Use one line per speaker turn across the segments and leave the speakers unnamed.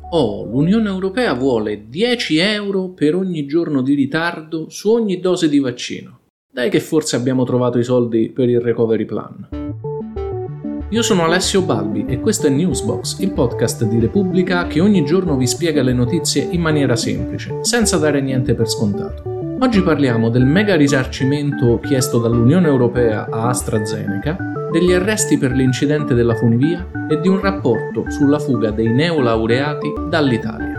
Oh, l'Unione Europea vuole 10 euro per ogni giorno di ritardo su ogni dose di vaccino. Dai che forse abbiamo trovato i soldi per il recovery plan. Io sono Alessio Balbi e questo è Newsbox, il podcast di Repubblica che ogni giorno vi spiega le notizie in maniera semplice, senza dare niente per scontato. Oggi parliamo del mega risarcimento chiesto dall'Unione Europea a AstraZeneca, degli arresti per l'incidente della funivia e di un rapporto sulla fuga dei neolaureati dall'Italia.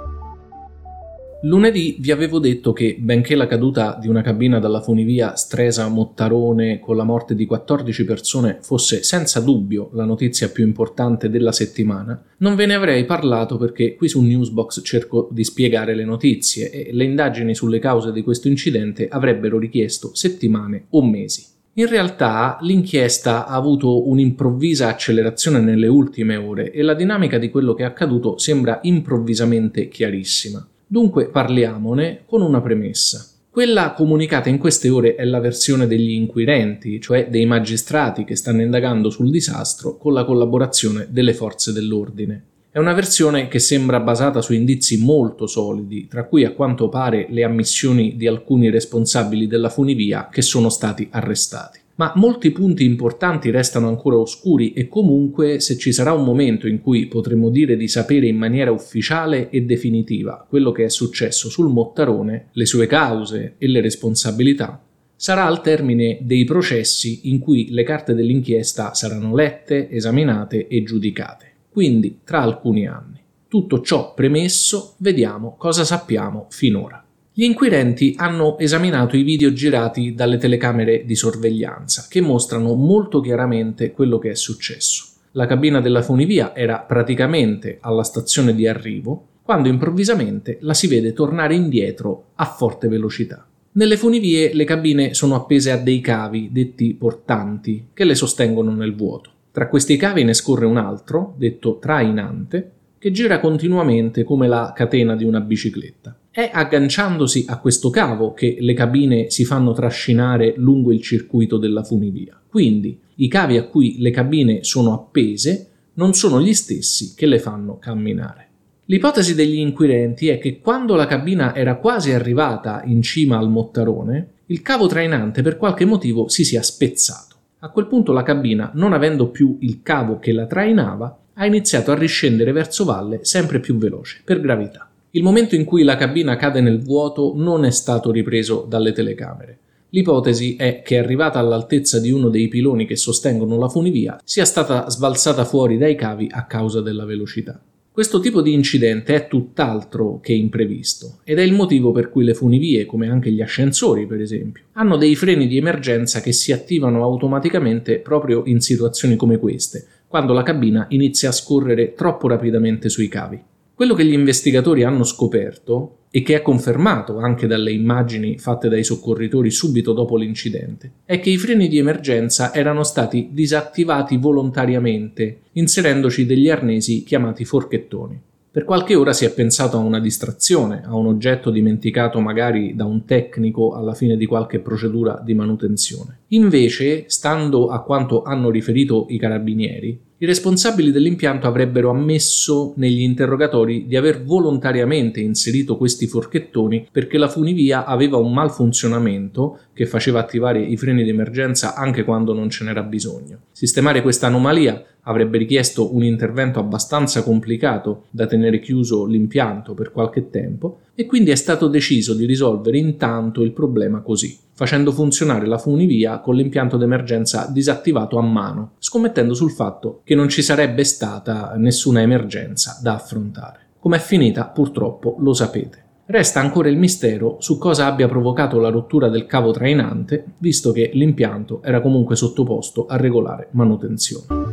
Lunedì vi avevo detto che, benché la caduta di una cabina dalla funivia Stresa-Mottarone con la morte di 14 persone fosse senza dubbio la notizia più importante della settimana, non ve ne avrei parlato perché qui su Newsbox cerco di spiegare le notizie e le indagini sulle cause di questo incidente avrebbero richiesto settimane o mesi. In realtà l'inchiesta ha avuto un'improvvisa accelerazione nelle ultime ore e la dinamica di quello che è accaduto sembra improvvisamente chiarissima. Dunque parliamone con una premessa. Quella comunicata in queste ore è la versione degli inquirenti, cioè dei magistrati che stanno indagando sul disastro con la collaborazione delle forze dell'ordine. È una versione che sembra basata su indizi molto solidi, tra cui a quanto pare le ammissioni di alcuni responsabili della funivia che sono stati arrestati. Ma molti punti importanti restano ancora oscuri e comunque se ci sarà un momento in cui potremo dire di sapere in maniera ufficiale e definitiva quello che è successo sul Mottarone, le sue cause e le responsabilità, sarà al termine dei processi in cui le carte dell'inchiesta saranno lette, esaminate e giudicate, quindi tra alcuni anni. Tutto ciò premesso, vediamo cosa sappiamo finora. Gli inquirenti hanno esaminato i video girati dalle telecamere di sorveglianza che mostrano molto chiaramente quello che è successo. La cabina della funivia era praticamente alla stazione di arrivo quando improvvisamente la si vede tornare indietro a forte velocità. Nelle funivie le cabine sono appese a dei cavi, detti portanti, che le sostengono nel vuoto. Tra questi cavi ne scorre un altro, detto trainante, che gira continuamente come la catena di una bicicletta. È agganciandosi a questo cavo che le cabine si fanno trascinare lungo il circuito della funivia. Quindi i cavi a cui le cabine sono appese non sono gli stessi che le fanno camminare. L'ipotesi degli inquirenti è che quando la cabina era quasi arrivata in cima al Mottarone, il cavo trainante per qualche motivo si sia spezzato. A quel punto la cabina, non avendo più il cavo che la trainava, ha iniziato a riscendere verso valle sempre più veloce, per gravità. Il momento in cui la cabina cade nel vuoto non è stato ripreso dalle telecamere. L'ipotesi è che arrivata all'altezza di uno dei piloni che sostengono la funivia sia stata sbalzata fuori dai cavi a causa della velocità. Questo tipo di incidente è tutt'altro che imprevisto ed è il motivo per cui le funivie, come anche gli ascensori per esempio, hanno dei freni di emergenza che si attivano automaticamente proprio in situazioni come queste, quando la cabina inizia a scorrere troppo rapidamente sui cavi. Quello che gli investigatori hanno scoperto, e che è confermato anche dalle immagini fatte dai soccorritori subito dopo l'incidente, è che i freni di emergenza erano stati disattivati volontariamente, inserendoci degli arnesi chiamati forchettoni. Per qualche ora si è pensato a una distrazione, a un oggetto dimenticato magari da un tecnico alla fine di qualche procedura di manutenzione. Invece, stando a quanto hanno riferito i carabinieri, i responsabili dell'impianto avrebbero ammesso negli interrogatori di aver volontariamente inserito questi forchettoni perché la funivia aveva un malfunzionamento che faceva attivare i freni di emergenza anche quando non ce n'era bisogno. Sistemare questa anomalia avrebbe richiesto un intervento abbastanza complicato da tenere chiuso l'impianto per qualche tempo e quindi è stato deciso di risolvere intanto il problema così, facendo funzionare la funivia con l'impianto d'emergenza disattivato a mano, scommettendo sul fatto che non ci sarebbe stata nessuna emergenza da affrontare. Com'è finita, purtroppo, lo sapete. Resta ancora il mistero su cosa abbia provocato la rottura del cavo trainante, visto che l'impianto era comunque sottoposto a regolare manutenzione.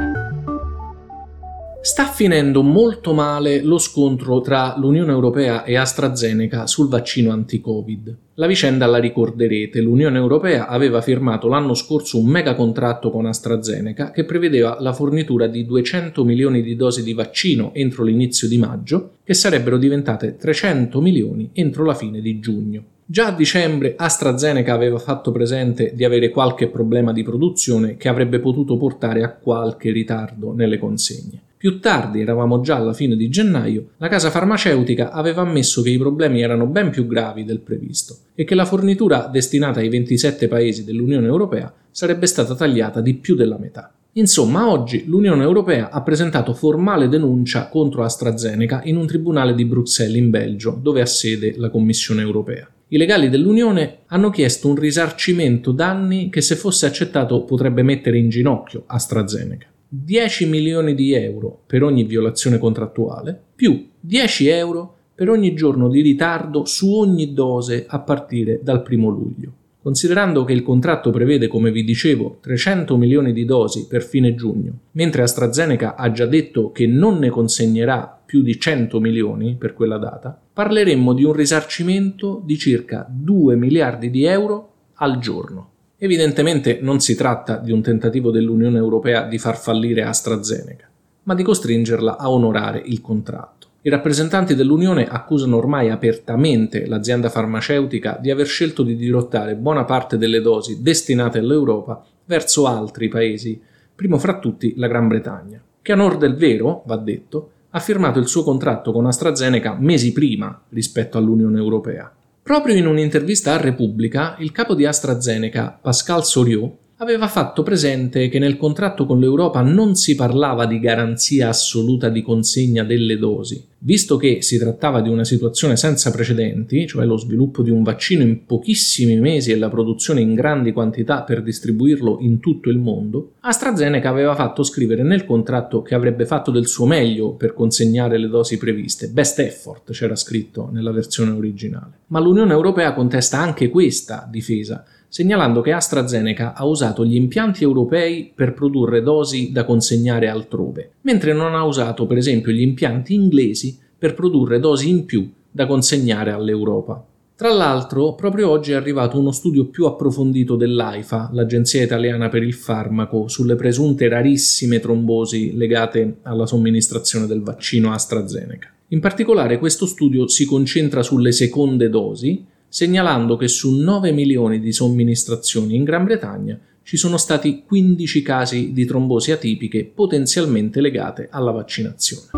Sta finendo molto male lo scontro tra l'Unione Europea e AstraZeneca sul vaccino anti-Covid. La vicenda la ricorderete, l'Unione Europea aveva firmato l'anno scorso un mega contratto con AstraZeneca che prevedeva la fornitura di 200 milioni di dosi di vaccino entro l'inizio di maggio, che sarebbero diventate 300 milioni entro la fine di giugno. Già a dicembre AstraZeneca aveva fatto presente di avere qualche problema di produzione che avrebbe potuto portare a qualche ritardo nelle consegne. Più tardi, eravamo già alla fine di gennaio, la casa farmaceutica aveva ammesso che i problemi erano ben più gravi del previsto e che la fornitura destinata ai 27 paesi dell'Unione Europea sarebbe stata tagliata di più della metà. Insomma, oggi l'Unione Europea ha presentato formale denuncia contro AstraZeneca in un tribunale di Bruxelles in Belgio, dove ha sede la Commissione Europea. I legali dell'Unione hanno chiesto un risarcimento danni che, se fosse accettato, potrebbe mettere in ginocchio AstraZeneca. 10 milioni di euro per ogni violazione contrattuale, più 10 euro per ogni giorno di ritardo su ogni dose a partire dal 1 luglio. Considerando che il contratto prevede, come vi dicevo, 300 milioni di dosi per fine giugno, mentre AstraZeneca ha già detto che non ne consegnerà più di 100 milioni per quella data, parleremmo di un risarcimento di circa 2 miliardi di euro al giorno. Evidentemente non si tratta di un tentativo dell'Unione Europea di far fallire AstraZeneca, ma di costringerla a onorare il contratto. I rappresentanti dell'Unione accusano ormai apertamente l'azienda farmaceutica di aver scelto di dirottare buona parte delle dosi destinate all'Europa verso altri paesi, primo fra tutti la Gran Bretagna, che a onor del vero, va detto, ha firmato il suo contratto con AstraZeneca mesi prima rispetto all'Unione Europea. Proprio in un'intervista a Repubblica, il capo di AstraZeneca, Pascal Soriot, aveva fatto presente che nel contratto con l'Europa non si parlava di garanzia assoluta di consegna delle dosi, visto che si trattava di una situazione senza precedenti, cioè lo sviluppo di un vaccino in pochissimi mesi e la produzione in grandi quantità per distribuirlo in tutto il mondo. AstraZeneca aveva fatto scrivere nel contratto che avrebbe fatto del suo meglio per consegnare le dosi previste, best effort c'era scritto nella versione originale. Ma l'Unione Europea contesta anche questa difesa, segnalando che AstraZeneca ha usato gli impianti europei per produrre dosi da consegnare altrove, mentre non ha usato per esempio gli impianti inglesi per produrre dosi in più da consegnare all'Europa. Tra l'altro, proprio oggi è arrivato uno studio più approfondito dell'AIFA, l'Agenzia Italiana per il Farmaco, sulle presunte rarissime trombosi legate alla somministrazione del vaccino AstraZeneca. In particolare, questo studio si concentra sulle seconde dosi, segnalando che su 9 milioni di somministrazioni in Gran Bretagna ci sono stati 15 casi di trombosi atipiche potenzialmente legate alla vaccinazione.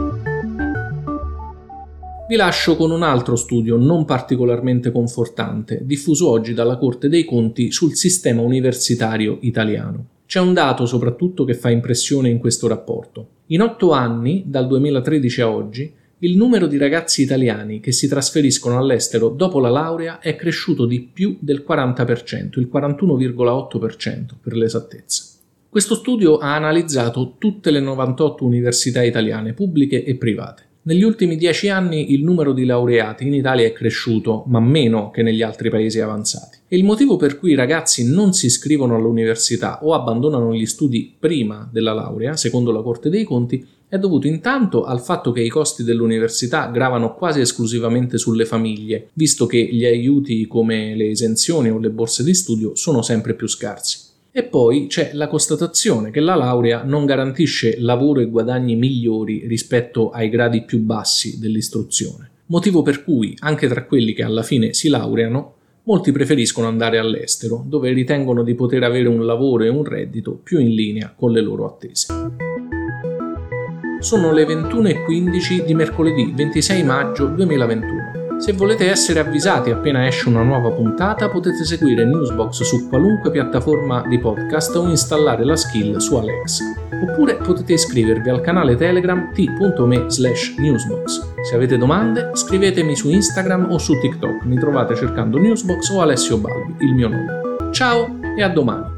Vi lascio con un altro studio non particolarmente confortante, diffuso oggi dalla Corte dei Conti sul sistema universitario italiano. C'è un dato soprattutto che fa impressione in questo rapporto. In 8 anni, dal 2013 a oggi, il numero di ragazzi italiani che si trasferiscono all'estero dopo la laurea è cresciuto di più del 40%, il 41,8% per l'esattezza. Questo studio ha analizzato tutte le 98 università italiane, pubbliche e private. Negli ultimi 10 anni il numero di laureati in Italia è cresciuto, ma meno che negli altri paesi avanzati. E il motivo per cui i ragazzi non si iscrivono all'università o abbandonano gli studi prima della laurea, secondo la Corte dei Conti, è dovuto intanto al fatto che i costi dell'università gravano quasi esclusivamente sulle famiglie, visto che gli aiuti come le esenzioni o le borse di studio sono sempre più scarsi. E poi c'è la constatazione che la laurea non garantisce lavoro e guadagni migliori rispetto ai gradi più bassi dell'istruzione, motivo per cui anche tra quelli che alla fine si laureano, molti preferiscono andare all'estero, dove ritengono di poter avere un lavoro e un reddito più in linea con le loro attese. Sono le 21:15 di mercoledì 26 maggio 2021. Se volete essere avvisati appena esce una nuova puntata, potete seguire Newsbox su qualunque piattaforma di podcast o installare la skill su Alexa. Oppure potete iscrivervi al canale Telegram t.me/newsbox. Se avete domande, scrivetemi su Instagram o su TikTok. Mi trovate cercando Newsbox o Alessio Balbi, il mio nome. Ciao e a domani!